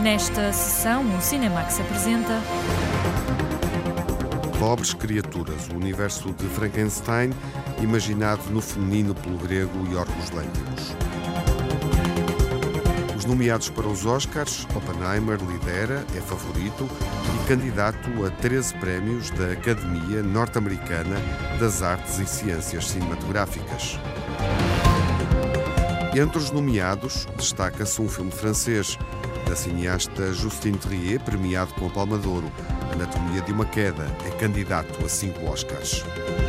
Nesta sessão, o Cinemax apresenta Pobres Criaturas, o universo de Frankenstein, imaginado no feminino pelo grego Yorgos Lanthimos. Os nomeados para os Oscars, Oppenheimer lidera, é favorito e candidato a 13 prémios da Academia Norte-Americana das Artes e Ciências Cinematográficas. Entre os nomeados, destaca-se um filme francês, da cineasta Justine Triet, premiado com a Palma de Ouro. Anatomia de uma Queda é candidato a 5 Oscars.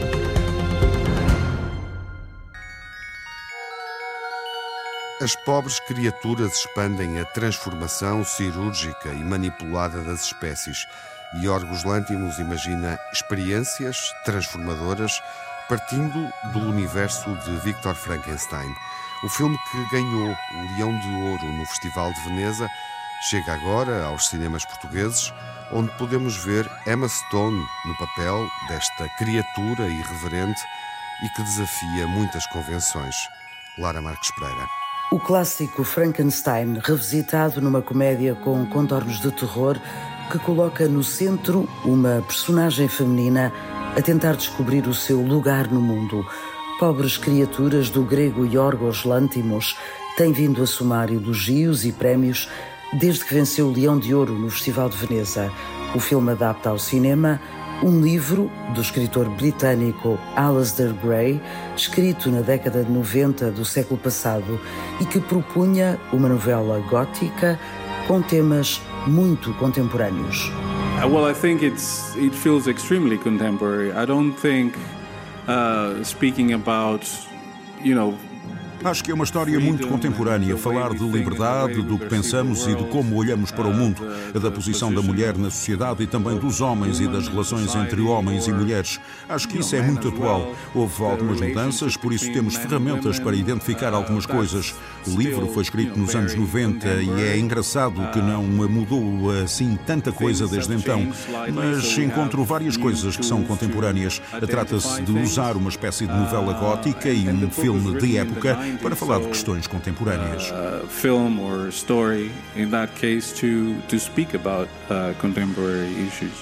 As pobres criaturas expandem a transformação cirúrgica e manipulada das espécies. Yorgos Lanthimos imagina experiências transformadoras partindo do universo de Victor Frankenstein. O filme que ganhou o Leão de Ouro no Festival de Veneza chega agora aos cinemas portugueses, onde podemos ver Emma Stone no papel desta criatura irreverente e que desafia muitas convenções. Lara Marques Pereira. O clássico Frankenstein, revisitado numa comédia com contornos de terror, que coloca no centro uma personagem feminina a tentar descobrir o seu lugar no mundo. Pobres Criaturas, do grego Yorgos Lanthimos, tem vindo a somar elogios e prémios desde que venceu o Leão de Ouro no Festival de Veneza. O filme adapta ao cinema um livro do escritor britânico Alasdair Gray, escrito na década de 90 do século passado e que propunha uma novela gótica com temas muito contemporâneos. Well, I think it feels extremely contemporary. I don't think speaking about, Acho que é uma história muito contemporânea, falar de liberdade, do que pensamos e de como olhamos para o mundo, da posição da mulher na sociedade e também dos homens e das relações entre homens e mulheres. Acho que isso é muito atual. Houve algumas mudanças, por isso temos ferramentas para identificar algumas coisas. O livro foi escrito nos anos 90 e é engraçado que não mudou assim tanta coisa desde então, mas encontro várias coisas que são contemporâneas. Trata-se de usar uma espécie de novela gótica e um filme de época para falar de questões contemporâneas. Film or story, in that case, to speak about contemporary issues.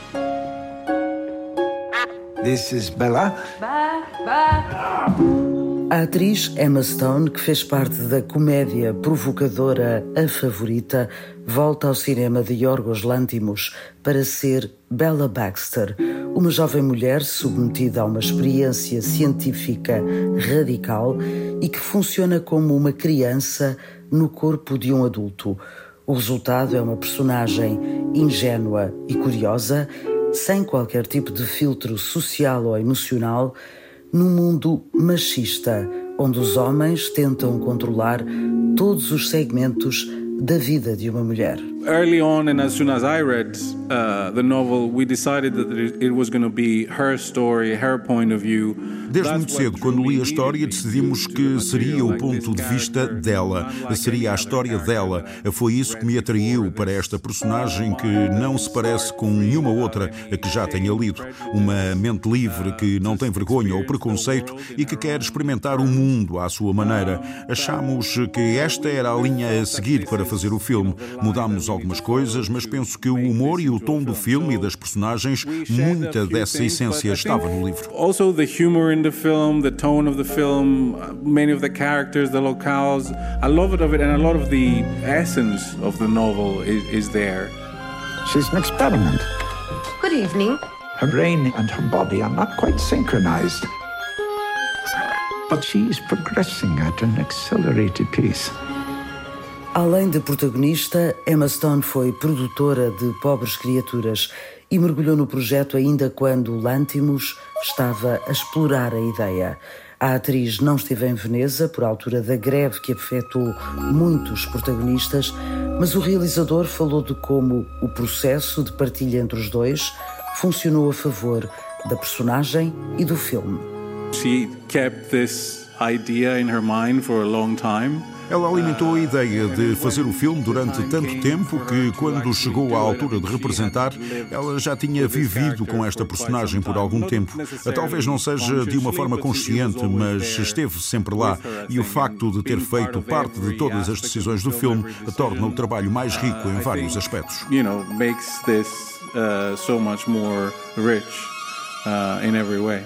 This is Bella. A atriz Emma Stone, que fez parte da comédia provocadora A Favorita, volta ao cinema de Yorgos Lanthimos para ser Bella Baxter, uma jovem mulher submetida a uma experiência científica radical e que funciona como uma criança no corpo de um adulto. O resultado é uma personagem ingênua e curiosa, sem qualquer tipo de filtro social ou emocional, num mundo machista, onde os homens tentam controlar todos os segmentos da vida de uma mulher. Early on, and as soon as I read the novel, we decided that it was going to be her story, her point of view. Desde muito cedo, quando li a história, decidimos que seria o ponto de vista dela, seria a história dela. Foi isso que me atraiu para esta personagem que não se parece com nenhuma outra que já tenha lido. Uma mente livre que não tem vergonha ou preconceito e que quer experimentar o mundo à sua maneira. Achámos que esta era a linha a seguir para fazer o filme. Mudámos algumas coisas, mas penso que o humor e o tom do filme e das personagens, muita dessa essência estava no livro. Also the humor in the film, the tone of the film, many of the characters, the locales, a lot of it and a lot of the essence of the novel is there. She's an experiment. Good evening. Her brain and her body are not quite synchronized. But she's progressing at an accelerated pace. Além de protagonista, Emma Stone foi produtora de Pobres Criaturas e mergulhou no projeto ainda quando Lanthimos estava a explorar a ideia. A atriz não esteve em Veneza por altura da greve que afetou muitos protagonistas, mas o realizador falou de como o processo de partilha entre os dois funcionou a favor da personagem e do filme. She kept this idea in her mind for a long time. Ela alimentou a ideia de fazer o filme durante tanto tempo que, quando chegou à altura de representar, ela já tinha vivido com esta personagem por algum tempo. Talvez não seja de uma forma consciente, mas esteve sempre lá. E o facto de ter feito parte de todas as decisões do filme torna o trabalho mais rico em vários aspectos. Makes this so much more rich in every way.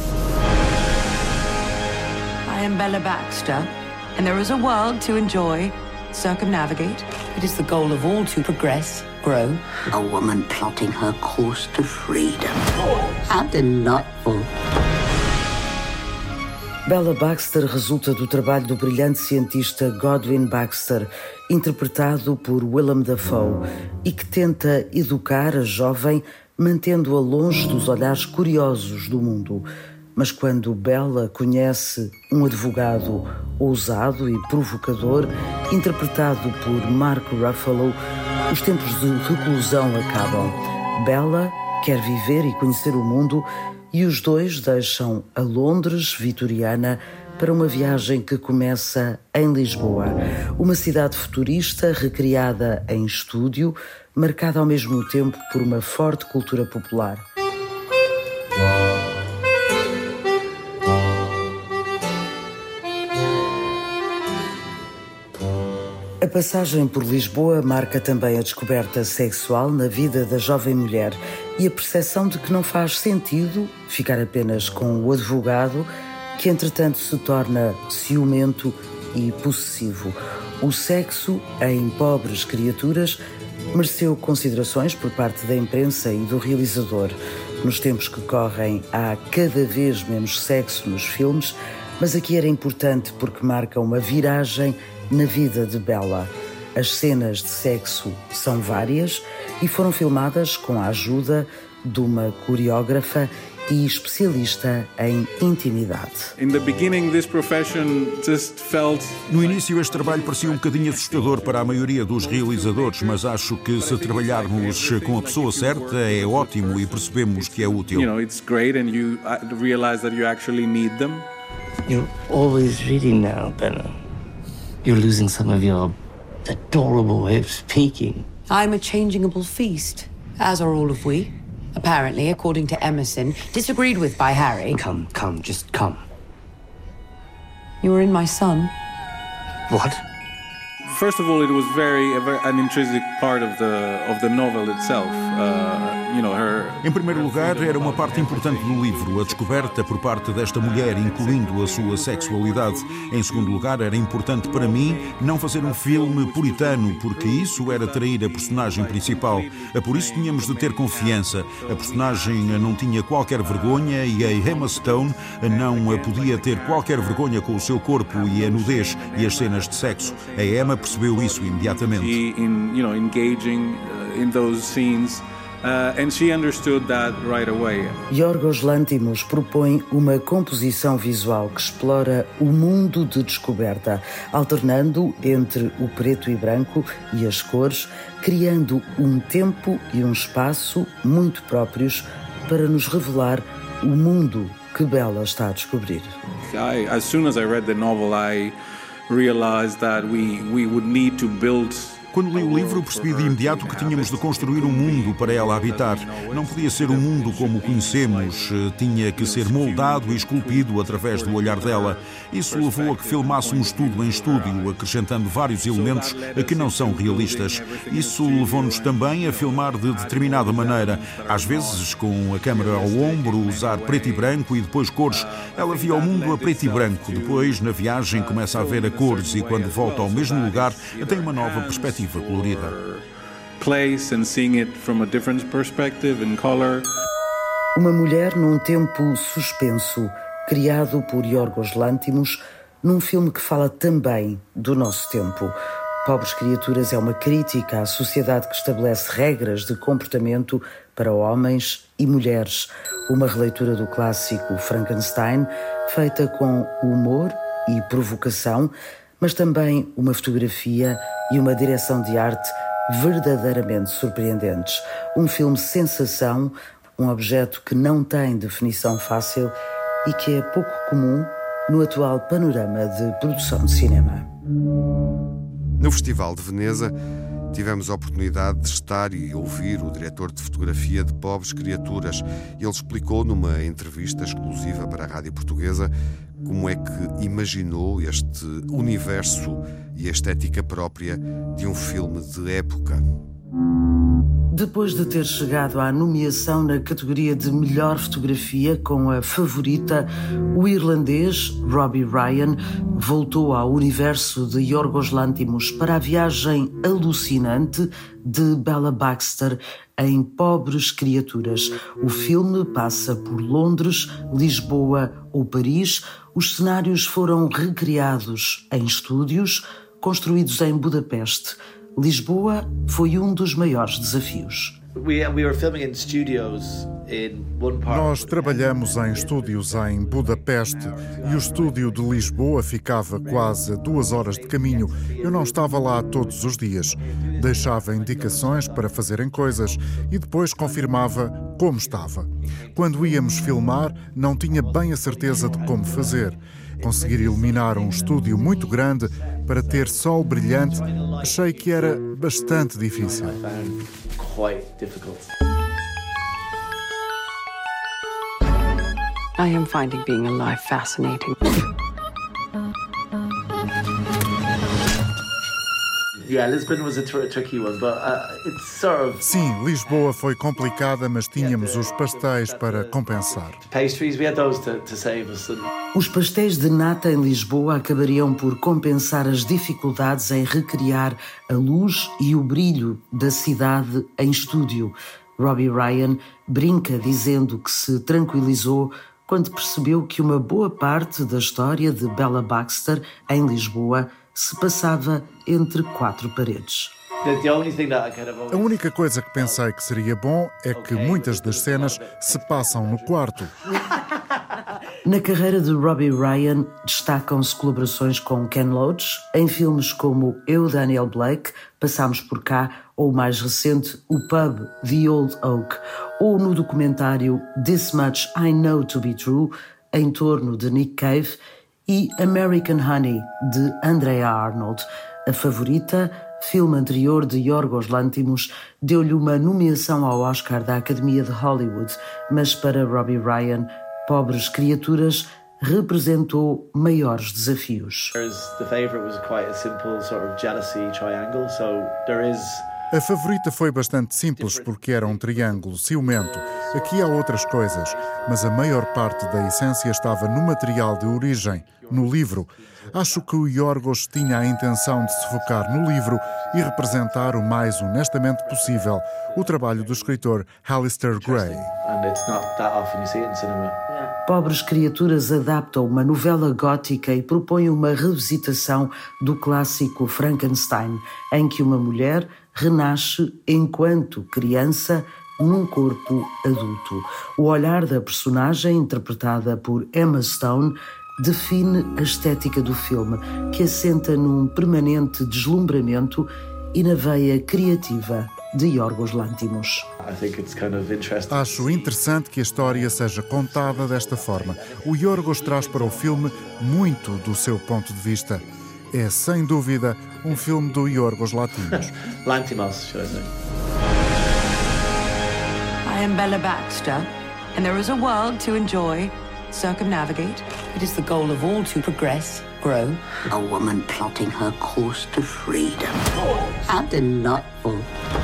I am Bella Baxter, and there is a world to enjoy, circumnavigate. It is the goal of all to progress, grow. A woman plotting her course to freedom. How delightful. Bella Baxter resulta do trabalho do brilhante cientista Godwin Baxter, interpretado por Willem Dafoe, e que tenta educar a jovem, mantendo-a longe dos olhares curiosos do mundo. Mas quando Bella conhece um advogado ousado e provocador, interpretado por Mark Ruffalo, os tempos de reclusão acabam. Bella quer viver e conhecer o mundo e os dois deixam a Londres vitoriana para uma viagem que começa em Lisboa, uma cidade futurista recriada em estúdio, marcada ao mesmo tempo por uma forte cultura popular. A passagem por Lisboa marca também a descoberta sexual na vida da jovem mulher e a percepção de que não faz sentido ficar apenas com o advogado, que entretanto se torna ciumento e possessivo. O sexo em Pobres Criaturas mereceu considerações por parte da imprensa e do realizador. Nos tempos que correm há cada vez menos sexo nos filmes, mas aqui era importante porque marca uma viragem na vida de Bella. As cenas de sexo são várias e foram filmadas com a ajuda de uma coreógrafa e especialista em intimidade. No início, este trabalho parecia um bocadinho assustador para a maioria dos realizadores, mas acho que se trabalharmos com a pessoa certa é ótimo e percebemos que é útil. You're always reading now, Bella. You're losing some of your adorable way of speaking. I'm a changeable feast, as are all of we. Apparently, according to Emerson, disagreed with by Harry. Come, just come. You were in my son. What? First of all, it was an intrinsic part of the novel itself. Em primeiro lugar, era uma parte importante do livro, a descoberta por parte desta mulher, incluindo a sua sexualidade. Em segundo lugar, era importante para mim não fazer um filme puritano, porque isso era trair a personagem principal. Por isso tínhamos de ter confiança. A personagem não tinha qualquer vergonha e a Emma Stone não podia ter qualquer vergonha com o seu corpo e a nudez e as cenas de sexo. A Emma percebeu isso imediatamente. Engaging in those scenes. And she understood that right away. Yorgos Lanthimos propõe uma composição visual que explora o mundo de descoberta, alternando entre o preto e branco e as cores, criando um tempo e um espaço muito próprios para nos revelar o mundo que Bella está a descobrir. As soon as I read the novel, I realized that we would need to build. Quando li o livro, percebi de imediato que tínhamos de construir um mundo para ela habitar. Não podia ser um mundo como o conhecemos, tinha que ser moldado e esculpido através do olhar dela. Isso levou a que filmássemos tudo em estúdio, acrescentando vários elementos que não são realistas. Isso levou-nos também a filmar de determinada maneira, às vezes com a câmera ao ombro, usar preto e branco e depois cores. Ela via o mundo a preto e branco, depois na viagem começa a ver a cores e quando volta ao mesmo lugar tem uma nova perspectiva colorida. Place and seeing it from a different perspective and color. Uma mulher num tempo suspenso, criado por Yorgos Lanthimos, num filme que fala também do nosso tempo. Pobres Criaturas é uma crítica à sociedade que estabelece regras de comportamento para homens e mulheres. Uma releitura do clássico Frankenstein, feita com humor e provocação, mas também uma fotografia e uma direção de arte verdadeiramente surpreendentes. Um filme sensação, um objeto que não tem definição fácil e que é pouco comum no atual panorama de produção de cinema. No Festival de Veneza, tivemos a oportunidade de estar e ouvir o diretor de fotografia de Pobres Criaturas. Ele explicou numa entrevista exclusiva para a Rádio Portuguesa como é que imaginou este universo e a estética própria de um filme de época. Depois de ter chegado à nomeação na categoria de melhor fotografia com A Favorita, o irlandês Robbie Ryan voltou ao universo de Yorgos Lanthimos para a viagem alucinante de Bella Baxter em Pobres Criaturas. O filme passa por Londres, Lisboa ou Paris. Os cenários foram recriados em estúdios construídos em Budapeste. Lisboa foi um dos maiores desafios. Nós trabalhamos em estúdios em Budapeste e o estúdio de Lisboa ficava quase a 2 horas de caminho. Eu não estava lá todos os dias. Deixava indicações para fazerem coisas e depois confirmava como estava. Quando íamos filmar, não tinha bem a certeza de como fazer. Conseguir iluminar um estúdio muito grande para ter sol brilhante, achei que era bastante difícil. I am finding being alive fascinating. Lisbon was a tricky one, but it's sort of... Sim, Lisboa foi complicada, mas tínhamos os pastéis para compensar. Pastries, we had those to save us. Os pastéis de nata em Lisboa acabariam por compensar as dificuldades em recriar a luz e o brilho da cidade em estúdio. Robbie Ryan brinca dizendo que se tranquilizou quando percebeu que uma boa parte da história de Bella Baxter em Lisboa se passava entre 4 paredes. A única coisa que pensei que seria bom é que muitas das cenas se passam no quarto. Na carreira de Robbie Ryan destacam-se colaborações com Ken Loach em filmes como Eu, Daniel Blake, Passámos por Cá, ou o mais recente, o pub The Old Oak, ou no documentário This Much I Know to Be True, em torno de Nick Cave, e American Honey, de Andrea Arnold. A Favorita, filme anterior de Yorgos Lanthimos, deu-lhe uma nomeação ao Oscar da Academia de Hollywood, mas para Robbie Ryan, Pobres Criaturas representou maiores desafios. A Favorita foi bastante simples porque era um triângulo ciumento. Aqui há outras coisas, mas a maior parte da essência estava no material de origem, no livro. Acho que o Yorgos tinha a intenção de se focar no livro e representar o mais honestamente possível o trabalho do escritor Alistair Gray. Pobres Criaturas adapta uma novela gótica e propõe uma revisitação do clássico Frankenstein, em que uma mulher renasce enquanto criança num corpo adulto. O olhar da personagem, interpretada por Emma Stone, define a estética do filme, que assenta num permanente deslumbramento e na veia criativa de Yorgos Lanthimos. Acho interessante que a história seja contada desta forma. O Yorgos traz para o filme muito do seu ponto de vista. É, sem dúvida, um filme do Yorgos Lanthimos. Lanthimos, should I say. I am Bella Baxter, and there is a world to enjoy, circumnavigate. It is the goal of all to progress, grow. A woman plotting her course to freedom. How delightful.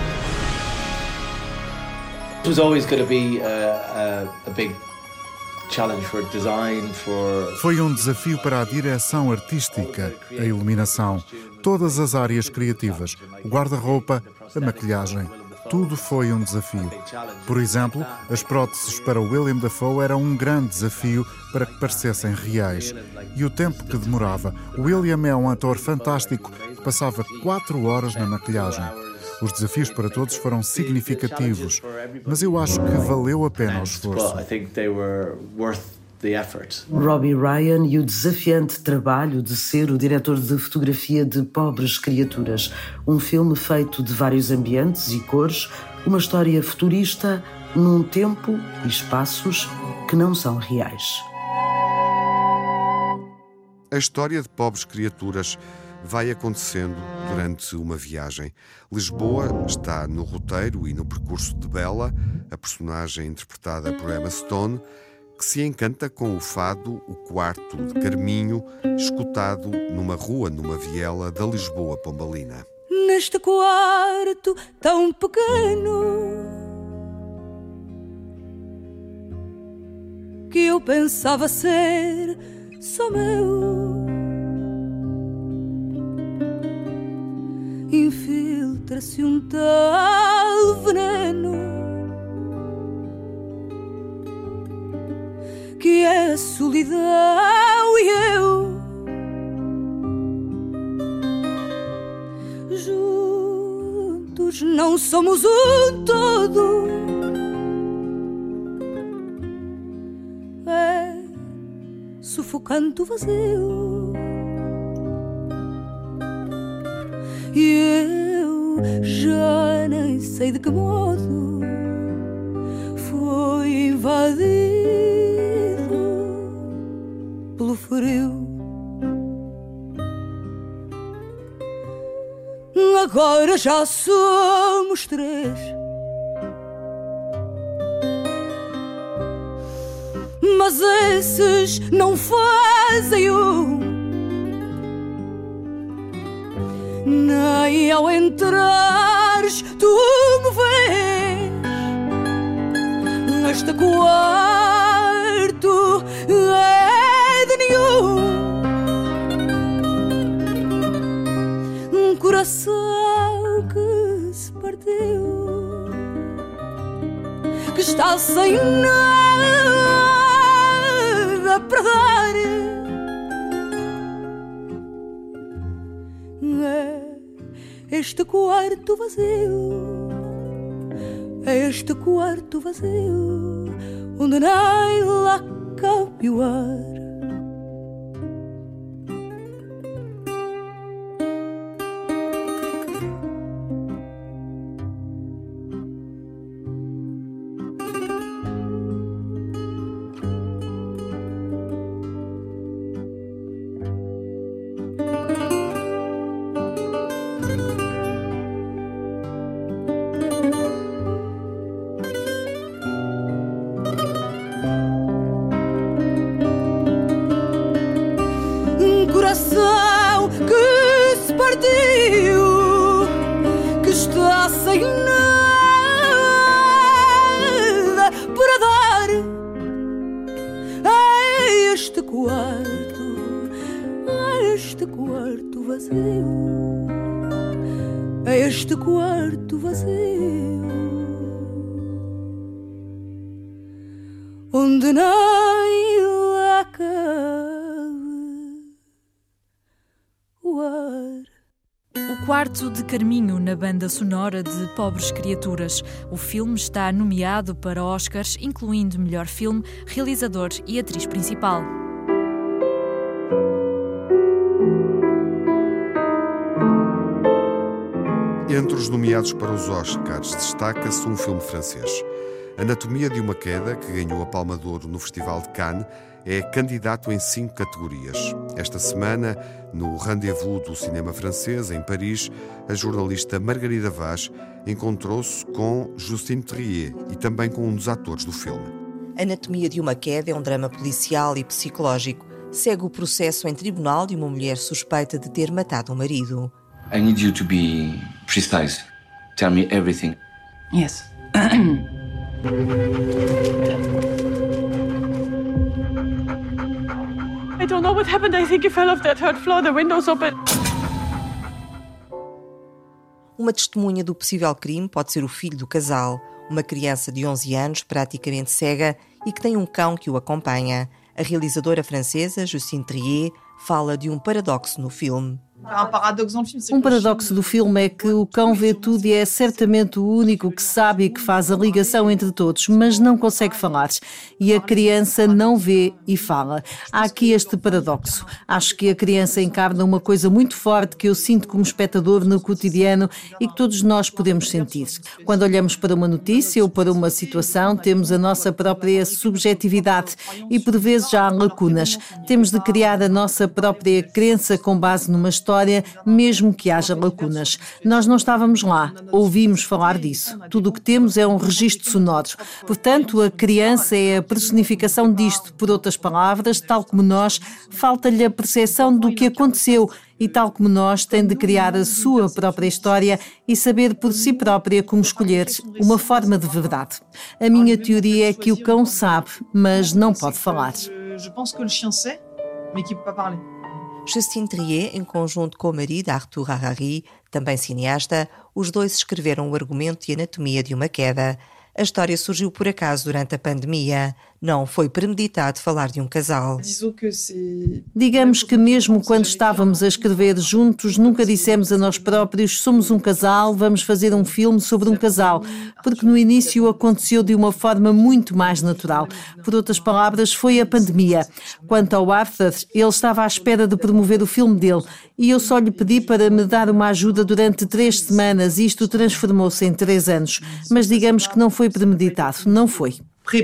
It was always going to be a big challenge for design, Foi um desafio para a direção artística, a iluminação, todas as áreas criativas, o guarda-roupa, a maquilhagem. Tudo foi um desafio. Por exemplo, as próteses para William Dafoe eram um grande desafio para que parecessem reais. E o tempo que demorava. William é um ator fantástico que passava 4 horas na maquilhagem. Os desafios para todos foram significativos, mas eu acho que valeu a pena o esforço. Robbie Ryan e o desafiante trabalho de ser o diretor de fotografia de Pobres Criaturas, um filme feito de vários ambientes e cores, uma história futurista num tempo e espaços que não são reais. A história de Pobres Criaturas vai acontecendo durante uma viagem. Lisboa está no roteiro e no percurso de Bella, a personagem interpretada por Emma Stone, que se encanta com o fado O Quarto de Carminho, escutado numa rua, numa viela da Lisboa pombalina. Neste quarto tão pequeno que eu pensava ser só meu, infiltra-se um tal veneno que é a solidão e eu. Juntos não somos um todo. É sufocante o vazio. E eu já nem sei de que modo foi invadido pelo frio. Agora já somos 3, mas esses não fazem nem ao entrares tu me vês. Este quarto é de nenhum coração que se partiu, que está sem nada para dar. É este quarto vazio, é este quarto vazio, onde nem lá cabe o ar. Coração que se partiu, que está sem nada para dar. É este quarto vazio, é este quarto vazio, onde nem lá cabe o ar. O Quarto de Carminho na banda sonora de Pobres Criaturas. O filme está nomeado para Oscars, incluindo melhor filme, realizador e atriz principal. Entre os nomeados para os Oscars destaca-se um filme francês. Anatomia de uma Queda, que ganhou a Palma de Ouro no Festival de Cannes, é candidato em 5 categorias. Esta semana, no Rendez-vous do cinema francês, em Paris, a jornalista Margarida Vaz encontrou-se com Justine Triet e também com um dos atores do filme. Anatomia de uma Queda é um drama policial e psicológico. Segue o processo em tribunal de uma mulher suspeita de ter matado o marido. I need you to be precise. Tell me everything. Yes. I don't know what happened. I think he fell off that 3rd floor. The window's open. Uma testemunha do possível crime pode ser o filho do casal, uma criança de 11 anos, praticamente cega, e que tem um cão que o acompanha. A realizadora francesa, Justine Triet, fala de um paradoxo no filme. Um paradoxo do filme é que o cão vê tudo e é certamente o único que sabe e que faz a ligação entre todos, mas não consegue falar. E a criança não vê e fala. Há aqui este paradoxo. Acho que a criança encarna uma coisa muito forte que eu sinto como espectador no cotidiano e que todos nós podemos sentir. Quando olhamos para uma notícia ou para uma situação, temos a nossa própria subjetividade e por vezes já há lacunas. Temos de criar a nossa nossa própria crença com base numa história, mesmo que haja lacunas. Nós não estávamos lá, ouvimos falar disso. Tudo o que temos é um registro sonoro. Portanto, a criança é a personificação disto. Por outras palavras, tal como nós, falta-lhe a percepção do que aconteceu e, tal como nós, tem de criar a sua própria história e saber por si própria como escolher uma forma de verdade. A minha teoria é que o cão sabe, mas não pode falar. Justine Triet, em conjunto com o marido Arthur Harari, também cineasta, os dois escreveram o argumento e anatomia de uma queda. A história surgiu por acaso durante a pandemia. Não foi premeditado falar de um casal. Digamos que mesmo quando estávamos a escrever juntos, nunca dissemos a nós próprios: somos um casal, vamos fazer um filme sobre um casal, porque no início aconteceu de uma forma muito mais natural. Por outras palavras, foi a pandemia. Quanto ao Arthur, ele estava à espera de promover o filme dele e eu só lhe pedi para me dar uma ajuda durante 3 semanas e isto transformou-se em 3 anos. Mas digamos que não foi premeditado, não foi.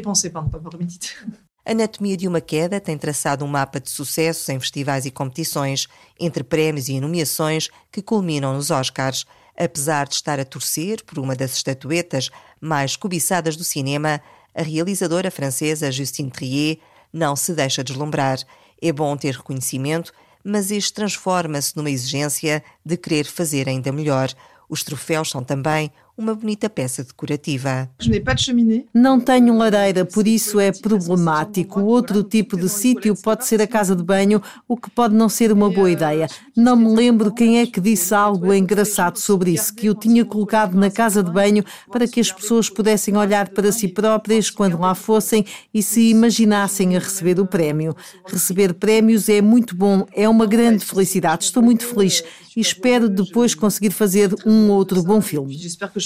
Anatomia de uma Queda tem traçado um mapa de sucessos em festivais e competições, entre prémios e nomeações que culminam nos Oscars. Apesar de estar a torcer por uma das estatuetas mais cobiçadas do cinema, a realizadora francesa Justine Triet não se deixa deslumbrar. É bom ter reconhecimento, mas este transforma-se numa exigência de querer fazer ainda melhor. Os troféus são também uma bonita peça decorativa. Não tenho lareira, por isso é problemático. Outro tipo de sítio pode ser a casa de banho, o que pode não ser uma boa ideia. Não me lembro quem é que disse algo engraçado sobre isso, que eu tinha colocado na casa de banho para que as pessoas pudessem olhar para si próprias quando lá fossem e se imaginassem a receber o prémio. Receber prémios é muito bom, é uma grande felicidade. Estou muito feliz e espero depois conseguir fazer um outro bom filme.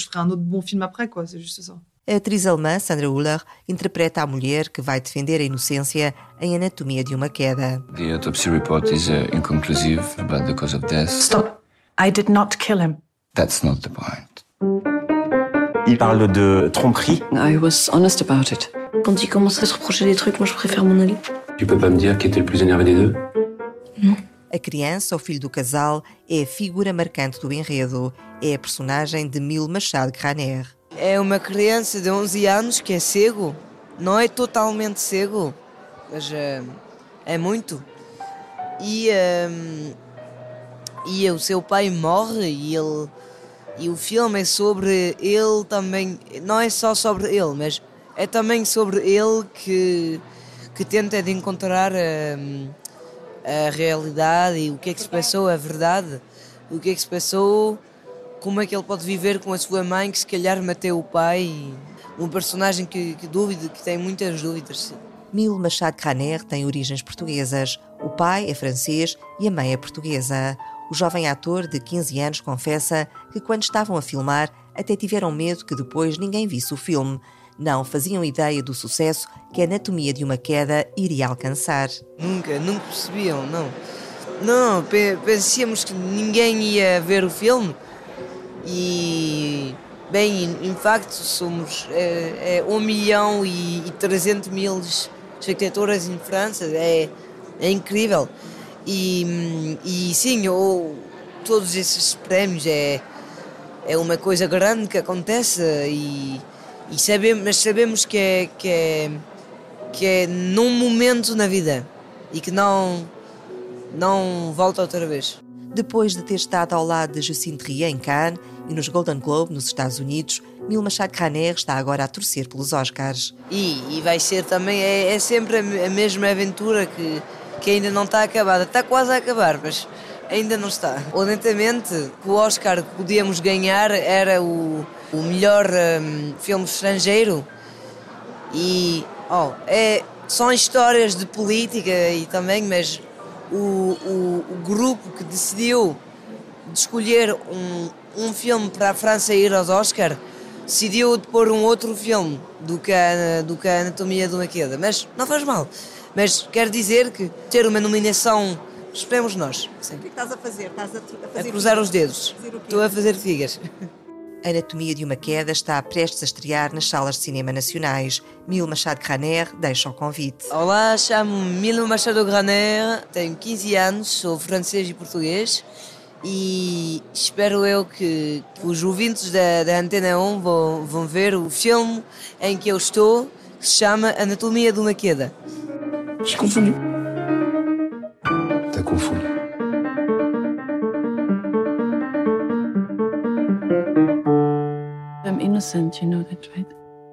A atriz alemã Sandra Hüller interpreta a mulher que vai defender a inocência em Anatomia de uma Queda. The autopsy report is inconclusive about the cause of death. Stop. I did not kill him. That's not the point. Il parle de tromperie. I was honest about it. Quand il commence à se reprocher des trucs, moi je préfère m'en aller. Tu peux pas me dire qui était le plus énervé des deux? Non. A criança, o filho do casal, é a figura marcante do enredo. É a personagem de Mille Machado Graner. É uma criança de 11 anos que é cego. Não é totalmente cego, mas é muito. E o seu pai morre e o filme é sobre ele também. Não é só sobre ele, mas é também sobre ele que tenta de encontrar a realidade e o que é que se passou, a verdade, o que é que se passou, como é que ele pode viver com a sua mãe que se calhar matou o pai, um personagem que tem muitas dúvidas. Mille Machado Graner tem origens portuguesas. O pai é francês e a mãe é portuguesa. O jovem ator de 15 anos confessa que quando estavam a filmar até tiveram medo que depois ninguém visse o filme. Não faziam ideia do sucesso que a Anatomia de uma Queda iria alcançar. Nunca percebiam, não. Não, pensíamos que ninguém ia ver o filme e, bem, em facto, somos 1.300.000 espectadores em França, é incrível. E sim, todos esses prémios é uma coisa grande que acontece mas sabemos que é num momento na vida e que não volta outra vez. Depois de ter estado ao lado de Justine Triet em Cannes e nos Golden Globe nos Estados Unidos, Mille Machado Graner está agora a torcer pelos Oscars. E vai ser também, é sempre a mesma aventura que ainda não está acabada. Está quase a acabar, mas ainda não está. Honestamente, o Oscar que podíamos ganhar era o melhor filme estrangeiro e são histórias de política e também, mas o grupo que decidiu de escolher um filme para a França ir aos Oscar decidiu de pôr um outro filme do que a Anatomia de uma Queda, mas não faz mal. Mas quer dizer que ter uma nomeação, esperemos nós. Sim. O que estás a fazer? Estás a fazer cruzar os dedos. Estou a fazer figas. Anatomia de uma Queda está prestes a estrear nas salas de cinema nacionais. Mil Machado Graner deixa o convite. Olá, chamo-me Mil Machado Graner, tenho 15 anos, sou francês e português e espero eu que os ouvintes da Antena 1 vão ver o filme em que eu estou, que se chama Anatomia de uma Queda. J'ai confondu. T'as confondu. I'm innocent, you know that, right?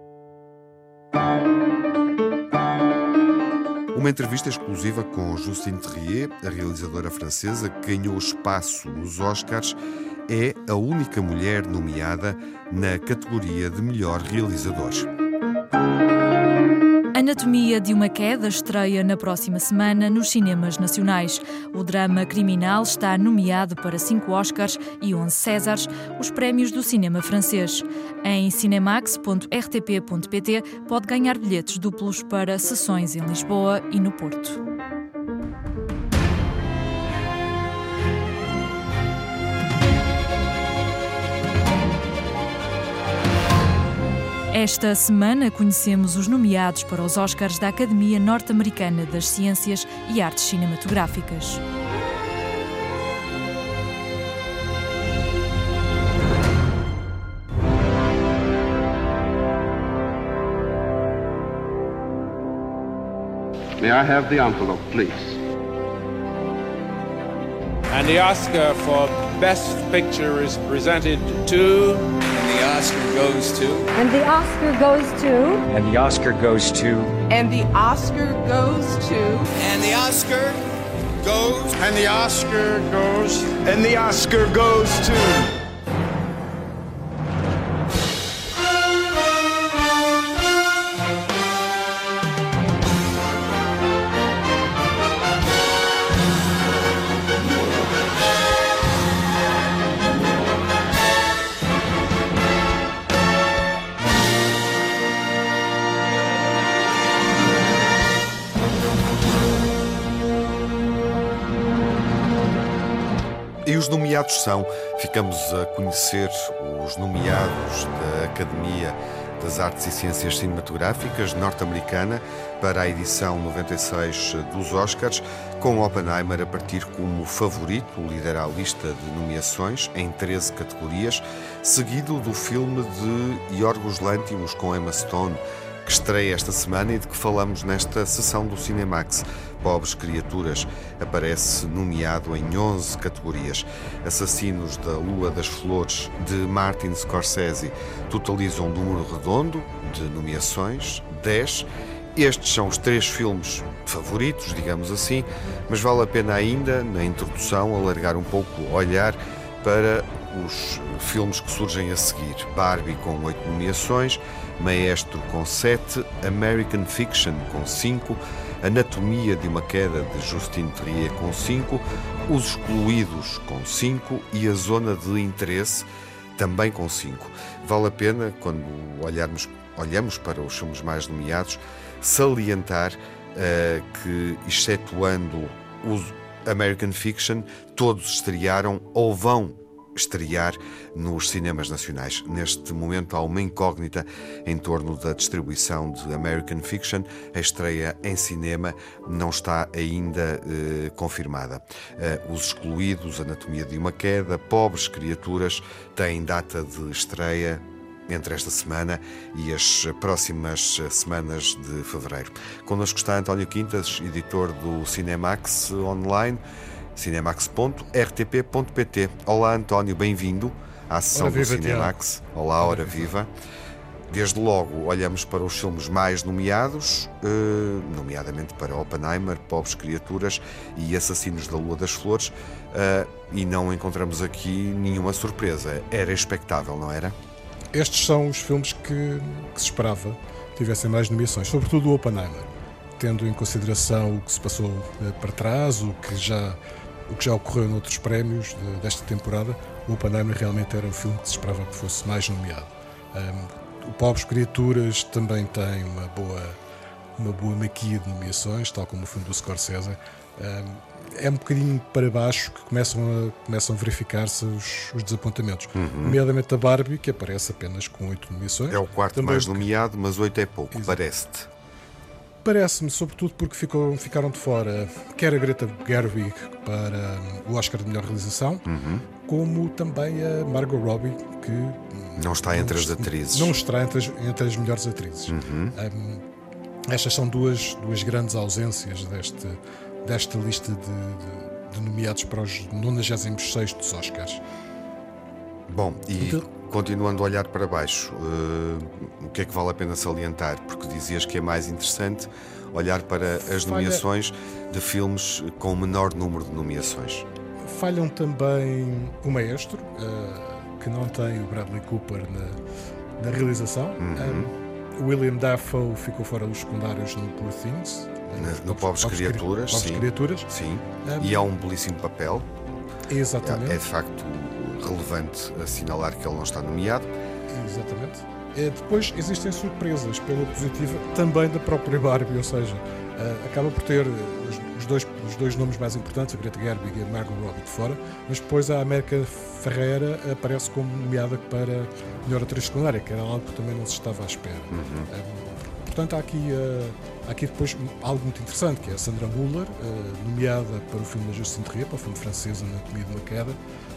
Uma entrevista exclusiva com Justine Triet, a realizadora francesa que ganhou espaço nos Oscars, é a única mulher nomeada na categoria de melhor realizador. Anatomia de uma Queda estreia na próxima semana nos cinemas nacionais. O drama criminal está nomeado para 5 Oscars e 11 Césares, os prémios do cinema francês. Em cinemax.rtp.pt pode ganhar bilhetes duplos para sessões em Lisboa e no Porto. Esta semana conhecemos os nomeados para os Oscars da Academia Norte-Americana das Ciências e Artes Cinematográficas. May I have the envelope, please? And the Oscar for Best Picture is presented to... And the Oscar goes to... And the Oscar goes to... And the Oscar goes to... And the Oscar goes to... And the Oscar goes... And the Oscar goes... And the Oscar goes to... E os nomeados são, ficamos a conhecer os nomeados da Academia das Artes e Ciências Cinematográficas norte-americana para a edição 96 dos Oscars, com Oppenheimer a partir como favorito, lidera a lista de nomeações em 13 categorias, seguido do filme de Yorgos Lanthimos com Emma Stone, que estreia esta semana e de que falamos nesta sessão do Cinemax. Pobres Criaturas aparece nomeado em 11 categorias. Assassinos da Lua das Flores, de Martin Scorsese, totaliza um número redondo de nomeações, 10. Estes são os 3 filmes favoritos, digamos assim, mas vale a pena ainda, na introdução, alargar um pouco o olhar para os filmes que surgem a seguir. Barbie com 8 nomeações, Maestro com 7, American Fiction com 5, Anatomia de uma Queda de Justine Triet com 5, Os Excluídos com 5 e A Zona de Interesse também com 5. Vale a pena, quando olhamos para os filmes mais nomeados, salientar que, excetuando o American Fiction, todos estrearam ou vão estrear nos cinemas nacionais. Neste momento há uma incógnita em torno da distribuição de American Fiction. A estreia em cinema não está ainda confirmada. Os Excluídos, Anatomia de uma Queda, Pobres Criaturas têm data de estreia entre esta semana e as próximas semanas de fevereiro. Connosco está António Quintas, editor do Cinemax Online, cinemax.rtp.pt. Olá António, bem-vindo à sessão do Cinemax. Olá, ora viva. Desde logo olhamos para os filmes mais nomeados, nomeadamente para Oppenheimer, Pobres Criaturas e Assassinos da Lua das Flores, e não encontramos aqui nenhuma surpresa. Era expectável, não era? Estes são os filmes que se esperava tivessem mais nomeações, sobretudo o Oppenheimer, tendo em consideração o que se passou para trás, o que já ocorreu noutros prémios desta temporada. O Oppenheimer realmente era um filme que se esperava que fosse mais nomeado. O Pobres Criaturas também tem uma boa maquia de nomeações, tal como o filme do Scorsese. é um bocadinho para baixo que começam a verificar-se os desapontamentos. Nomeadamente a Barbie, que aparece apenas com 8 nomeações. É o quarto também mais nomeado, mas 8 é pouco, parece-te? Parece-me, sobretudo porque ficaram de fora quer a Greta Gerwig para o Oscar de melhor realização, como também a Margot Robbie, que não está entre as atrizes. Não está entre as melhores atrizes. Estas são duas grandes ausências desta lista de nomeados para os 96º Oscars. Bom, e continuando a olhar para baixo, o que é que vale a pena salientar? Porque dizias que é mais interessante olhar para as nomeações de filmes com o menor número de nomeações. Falham também o Maestro, que não tem o Bradley Cooper na realização. William Dafoe ficou fora dos secundários no Poor Things. No Pobres Criaturas, sim. E há um belíssimo papel. Exatamente. É de facto relevante assinalar que ele não está nomeado. Exatamente. Depois existem surpresas pela positiva também da própria Barbie, ou seja, acaba por ter os dois nomes mais importantes, a Greta Gerwig e a Margot Robbie, de fora, mas depois a América Ferreira aparece como nomeada para melhor atriz secundária, que era algo que também não se estava à espera. Portanto, há aqui depois algo muito interessante, que é a Sandra Müller, nomeada para o filme da Justine Triet, para o filme francês Anatomia de uma Queda.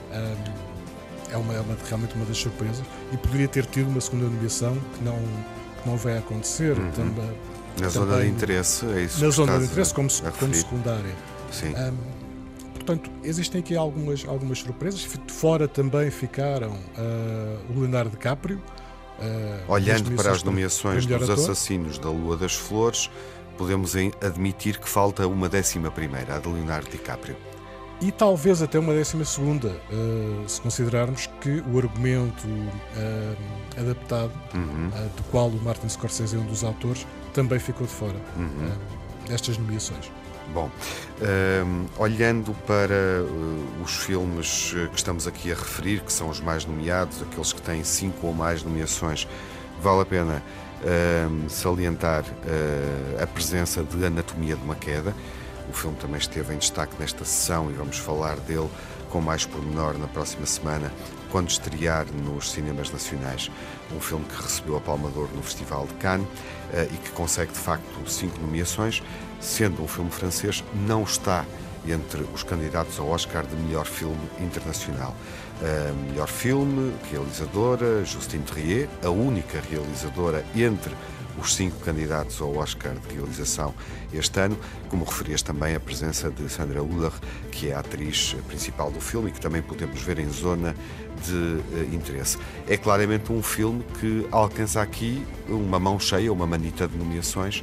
É realmente uma das surpresas, e poderia ter tido uma segunda nomeação que não vai acontecer. Na zona de interesse, é isso. Na zona de interesse, como secundária. Sim. Portanto, existem aqui algumas surpresas. De fora também ficaram o Leonardo DiCaprio. Olhando para as nomeações dos Assassinos da Lua das Flores, podemos admitir que falta uma 11ª, a de Leonardo DiCaprio. E talvez até uma 12ª, se considerarmos que o argumento adaptado, do qual o Martin Scorsese é um dos autores, também ficou de fora destas nomeações. Bom, olhando para os filmes que estamos aqui a referir, que são os mais nomeados, aqueles que têm 5 ou mais nomeações, vale a pena salientar a presença de Anatomia de uma Queda. O filme também esteve em destaque nesta sessão e vamos falar dele com mais pormenor na próxima semana, quando estrear nos cinemas nacionais. Um filme que recebeu a Palma de Ouro no Festival de Cannes e que consegue, de facto, 5 nomeações, sendo um filme francês, não está entre os candidatos ao Oscar de melhor filme internacional. Melhor filme, realizadora, Justine Triet, a única realizadora entre os 5 candidatos ao Oscar de realização este ano, como referias também a presença de Sandra Müller, que é a atriz principal do filme e que também podemos ver em zona de interesse. É claramente um filme que alcança aqui uma mão cheia, uma manita de nomeações,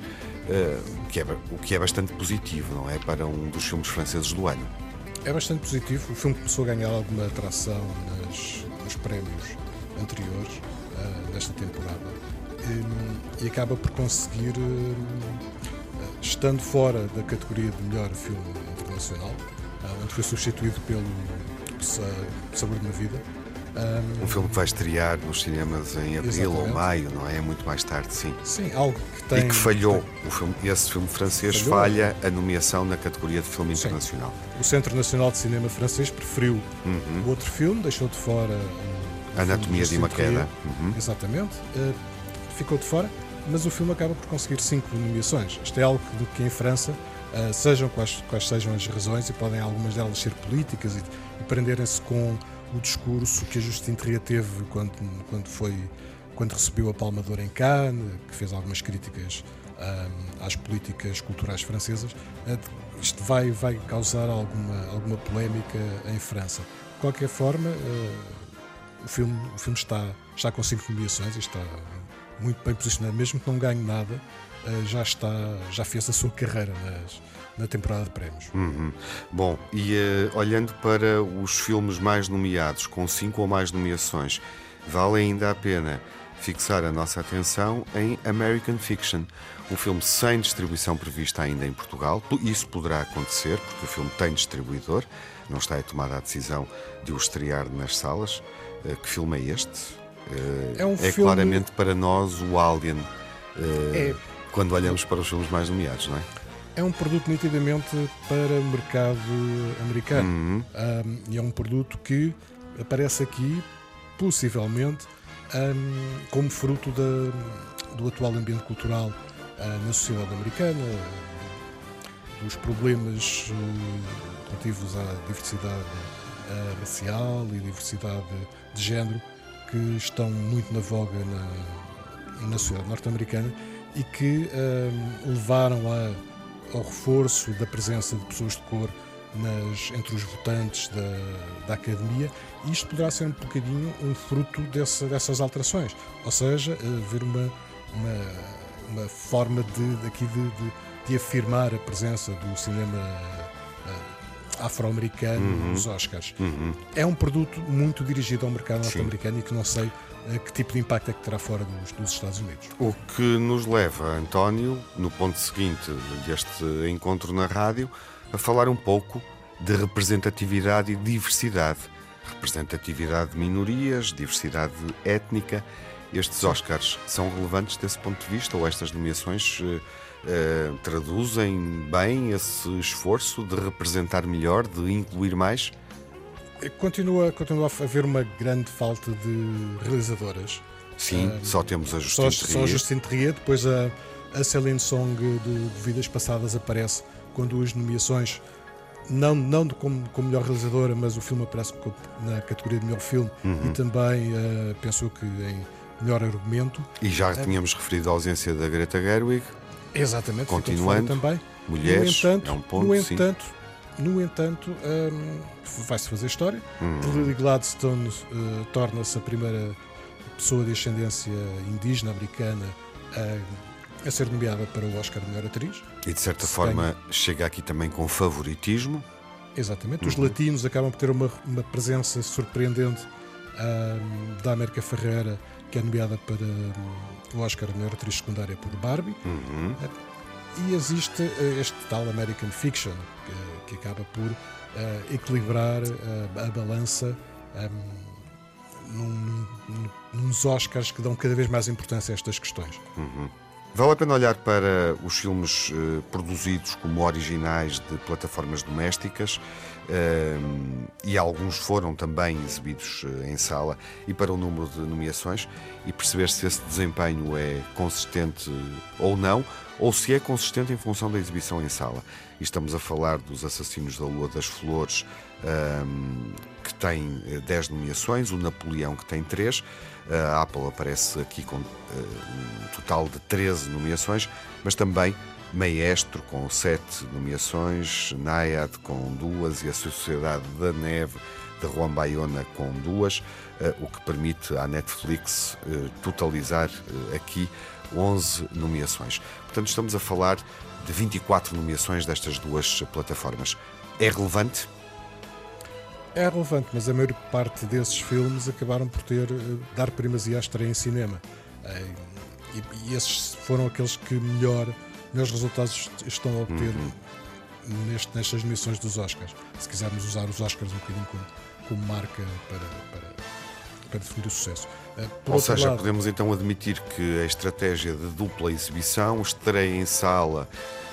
o que é bastante positivo, não é? Para um dos filmes franceses do ano. É bastante positivo. O filme começou a ganhar alguma atração nos prémios anteriores desta temporada. E acaba por conseguir, estando fora da categoria de melhor filme internacional, onde foi substituído pelo Sabor de uma Vida. Um filme que vai estrear nos cinemas em abril ou maio, não é? É muito mais tarde, sim. Sim, algo que tem... E que falhou. Esse filme francês falha a nomeação na categoria de filme internacional. O Centro Nacional de Cinema francês preferiu o outro filme, deixou de fora... Anatomia de uma Queda. Exatamente. Ficou de fora, mas o filme acaba por conseguir 5 nomeações. Isto é algo que em França, sejam quais sejam as razões, e podem algumas delas ser políticas e prenderem-se com o discurso que a Justine Triet teve quando recebeu a Palma de Ouro em Cannes, que fez algumas críticas às políticas culturais francesas. Isto vai causar alguma polémica em França. De qualquer forma, o filme está com 5 nomeações e está muito bem posicionado, mesmo que não ganhe nada, já fez a sua carreira na temporada de prémios. Bom, e olhando para os filmes mais nomeados, com 5 ou mais nomeações, vale ainda a pena fixar a nossa atenção em American Fiction, um filme sem distribuição prevista ainda em Portugal. Isso poderá acontecer, porque o filme tem distribuidor, não está tomada a decisão de o estrear nas salas. Que filme é este? É filme... claramente para nós o Alien, quando olhamos para os filmes mais nomeados, não é? É um produto nitidamente para o mercado americano. E é um produto que aparece aqui, possivelmente, como fruto do atual ambiente cultural na sociedade americana, dos problemas relativos à diversidade racial e diversidade de género que estão muito na voga na sociedade norte-americana e que levaram ao reforço da presença de pessoas de cor entre os votantes da academia, e isto poderá ser um bocadinho um fruto dessas alterações, ou seja, haver uma forma de afirmar a presença do cinema afro-americano nos Oscars. É um produto muito dirigido ao mercado norte-americano e que não sei que tipo de impacto é que terá fora dos Estados Unidos. O que nos leva, António, no ponto seguinte deste encontro na rádio, a falar um pouco de representatividade e diversidade. Representatividade de minorias, diversidade étnica. Estes Oscars são relevantes desse ponto de vista, ou estas nomeações traduzem bem esse esforço de representar melhor, de incluir mais? Continua a haver uma grande falta de realizadoras. Sim, só temos a Justine Triet. Só a Justine Triet, depois a Céline Song de Vidas Passadas aparece com 2 nomeações, não como melhor realizadora, mas o filme aparece na categoria de melhor filme e também, penso que em melhor argumento. E já tínhamos referido a ausência da Greta Gerwig. Exatamente, continuando também. Mulheres, é um ponto, No entanto, vai-se fazer história. Lily Gladstone torna-se a primeira pessoa de ascendência indígena americana a ser nomeada para o Oscar de melhor atriz. E de certa forma chega aqui também com favoritismo. Exatamente. Os latinos acabam por ter uma presença surpreendente da América Ferreira, que é nomeada para o Oscar de melhor atriz secundária por Barbie. E existe este tal American Fiction, que acaba por equilibrar a balança nos Oscars que dão cada vez mais importância a estas questões. Vale a pena olhar para os filmes produzidos como originais de plataformas domésticas, e alguns foram também exibidos em sala, e para o número de nomeações, e perceber se esse desempenho é consistente ou não, ou se é consistente em função da exibição em sala. E estamos a falar dos Assassinos da Lua das Flores, que tem 10 nomeações, o Napoleão, que tem 3, a Apple aparece aqui com um total de 13 nomeações, mas também Maestro com 7 nomeações, Naiad com 2 e A Sociedade da Neve de Juan Bayona com 2, o que permite à Netflix totalizar aqui 11 nomeações. Portanto, estamos a falar de 24 nomeações destas 2 plataformas. É relevante? É relevante, mas a maior parte desses filmes acabaram por dar primazia à estreia em cinema. E esses foram aqueles que melhores resultados estão a obter nestas nomeações dos Oscars. Se quisermos usar os Oscars um bocadinho como marca para definir o sucesso. Ou seja, podemos então admitir que a estratégia de dupla exibição, estreia em sala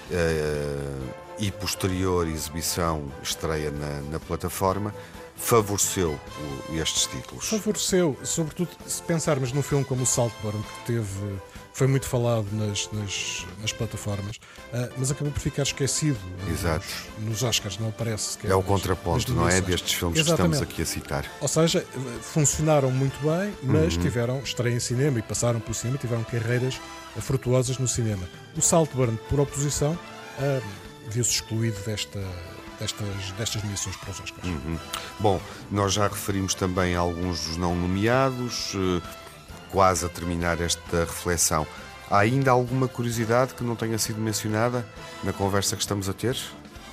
e posterior exibição, estreia na plataforma, favoreceu estes títulos? Favoreceu, sobretudo se pensarmos num filme como o Saltburn, que foi muito falado nas plataformas, mas acabou por ficar esquecido. Exato. Nos Oscars, não aparece sequer. É o contraponto, não é? Destes filmes Exatamente. Que estamos aqui a citar. Ou seja, funcionaram muito bem, mas tiveram estreia em cinema e passaram pelo cinema e tiveram carreiras frutuosas no cinema. O Saltburn, por oposição, viu-se excluído destas nomeações para os Oscars. Bom, nós já referimos também alguns dos não nomeados, quase a terminar esta reflexão. Há ainda alguma curiosidade que não tenha sido mencionada na conversa que estamos a ter?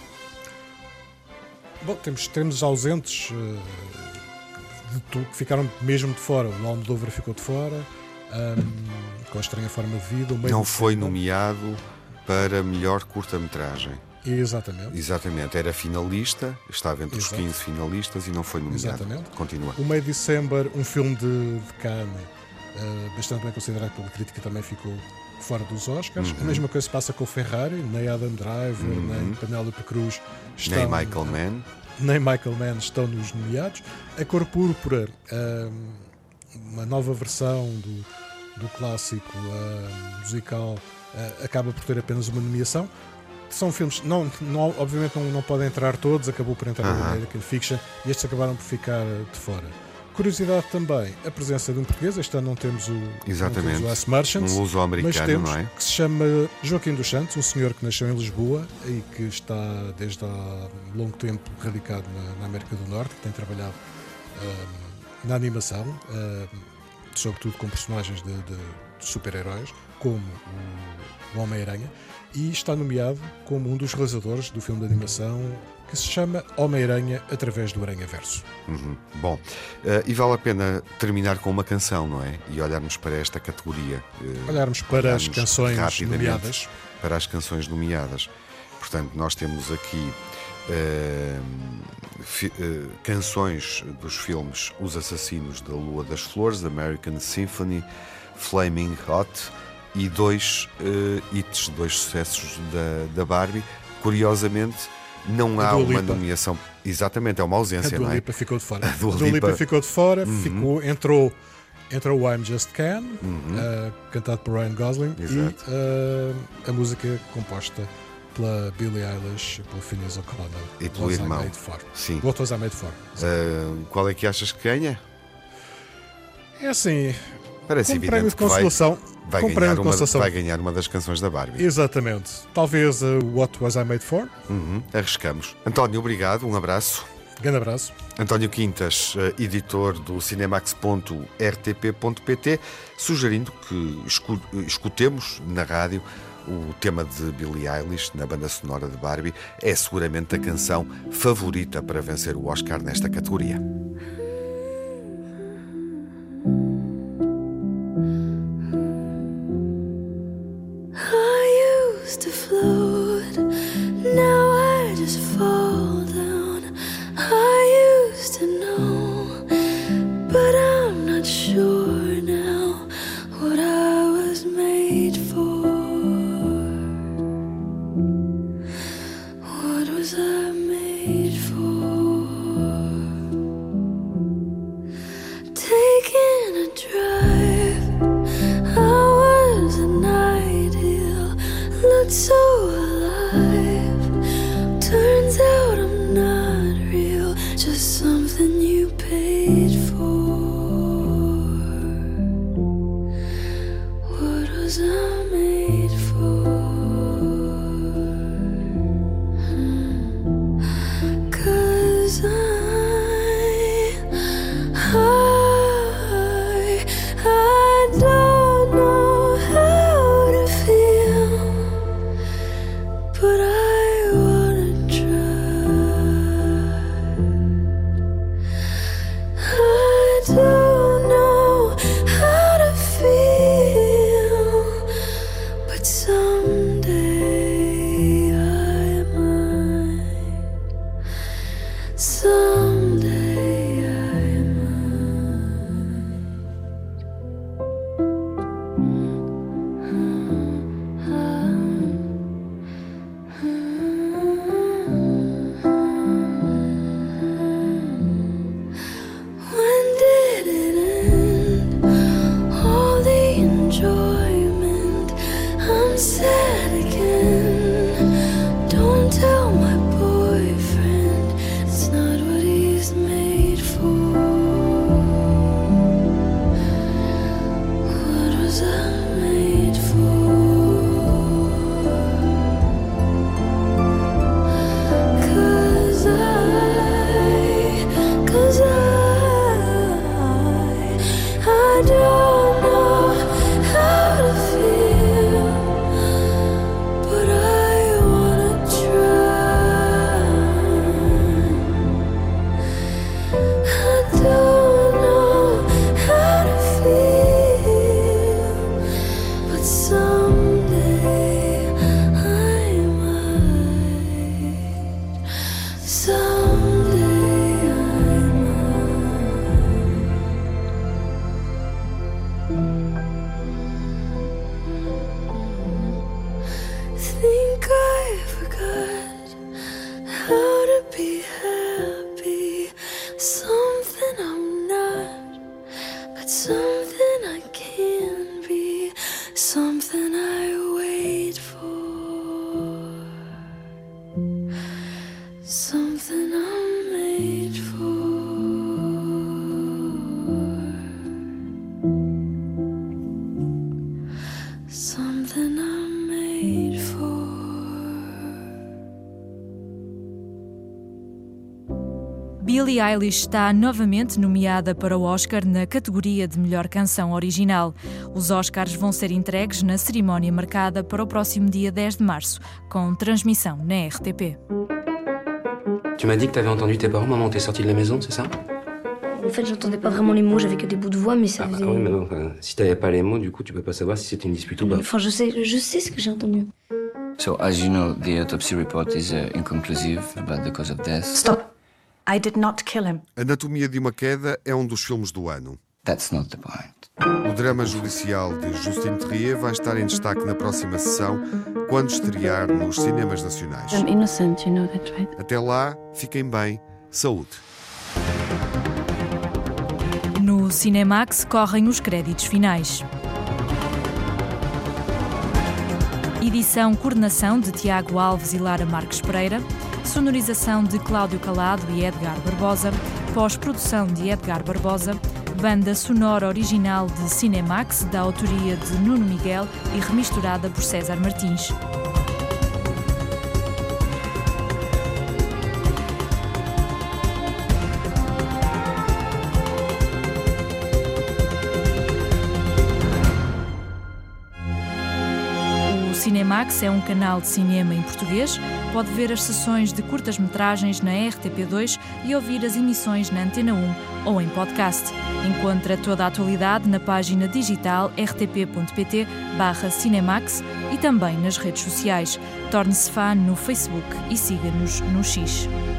Bom, temos ausentes que ficaram mesmo de fora. O Almodóvar ficou de fora, com a Estranha Forma de Vida. Não foi nomeado para melhor curta-metragem. Exatamente. Era finalista, estava entre os 15 finalistas e não foi nomeado. Exatamente. Continua. O May December, um filme de Cannes, bastante bem considerado pela crítica, também ficou fora dos Oscars. A mesma coisa se passa com o Ferrari, nem Adam Driver, nem Penélope Cruz nem Michael Mann. Nem Michael Mann estão nos nomeados. A Cor Púrpura, uma nova versão do clássico musical, acaba por ter apenas uma nomeação. São filmes, obviamente não podem entrar todos, acabou por entrar o American Fiction e estes acabaram por ficar de fora. Curiosidade também, a presença de um português. Este ano não temos o Last Merchants, um luso-americano, mas temos, não é? que se chama Joaquim dos Santos, um senhor que nasceu em Lisboa e que está desde há longo tempo radicado na América do Norte, que tem trabalhado na animação, sobretudo com personagens de super-heróis, como o Homem-Aranha, e está nomeado como um dos realizadores do filme de animação que se chama Homem-Aranha através do Aranhaverso. Bom, e vale a pena terminar com uma canção, não é? E olharmos para esta categoria. Olharmos para as canções nomeadas. Para as canções nomeadas. Portanto, nós temos aqui canções dos filmes Os Assassinos da Lua das Flores, American Symphony, Flaming Hot, e 2 hits, 2 sucessos da Barbie. Curiosamente, não há uma nomeação. Exatamente, é uma ausência, não é? A Dua Lipa ficou de fora. A Dua Lipa ficou de fora, entrou o I'm Just Can, cantado por Ryan Gosling, e a música composta pela Billie Eilish, pelo Phineas O'Connell e pelo irmão. Sim. What Was I Made For? Qual é que achas que ganha? É assim, parece evidente prémio de consolação. Vai ganhar uma das canções da Barbie. Exatamente. Talvez What Was I Made For? Arriscamos. António, obrigado. Um abraço. Grande abraço. António Quintas, editor do cinemax.rtp.pt, sugerindo que escutemos na rádio o tema de Billie Eilish na banda sonora de Barbie. É seguramente a canção favorita para vencer o Oscar nesta categoria. To float, now I just fall down. I used to know, but I'm not sure now what I was made for. What was I made for? Think I forgot how to be happy. Something I'm not, but something I can be. Something I wait for. Something I'm made for. Something I'm made for. Billie Eilish está novamente nomeada para o Oscar na categoria de melhor canção original. Os Oscars vão ser entregues na cerimónia marcada para o próximo dia 10 de março, com transmissão na RTP. Tu m'as dit que t'avais entendu tes parents, maman, t'es sortie de la maison, c'est ça? En fait, j'entendais pas vraiment les mots, j'avais que des bouts de voix, mais ça faisait... Ah oui, mais non, si t'avais pas les mots, du coup, tu peux pas savoir si c'était une dispute ou pas. Enfin, je sais ce que j'ai entendu. So, as you know, the autopsy report is inconclusive about the cause of death. Stop. I did not kill him. Anatomia de uma Queda é um dos filmes do ano. That's not the point. O drama judicial de Justine Triet vai estar em destaque na próxima sessão, quando estrear nos cinemas nacionais. I'm innocent, you know that, right? Até lá, fiquem bem. Saúde. No Cinemax correm os créditos finais. Edição, coordenação de Tiago Alves e Lara Marques Pereira. Sonorização de Cláudio Calado e Edgar Barbosa. Pós-produção de Edgar Barbosa. Banda sonora original de Cinemax, da autoria de Nuno Miguel e remisturada por César Martins. O Cinemax é um canal de cinema em português. Pode ver as sessões de curtas-metragens na RTP2 e ouvir as emissões na Antena 1 ou em podcast. Encontra toda a atualidade na página digital rtp.pt/Cinemax e também nas redes sociais. Torne-se fã no Facebook e siga-nos no X.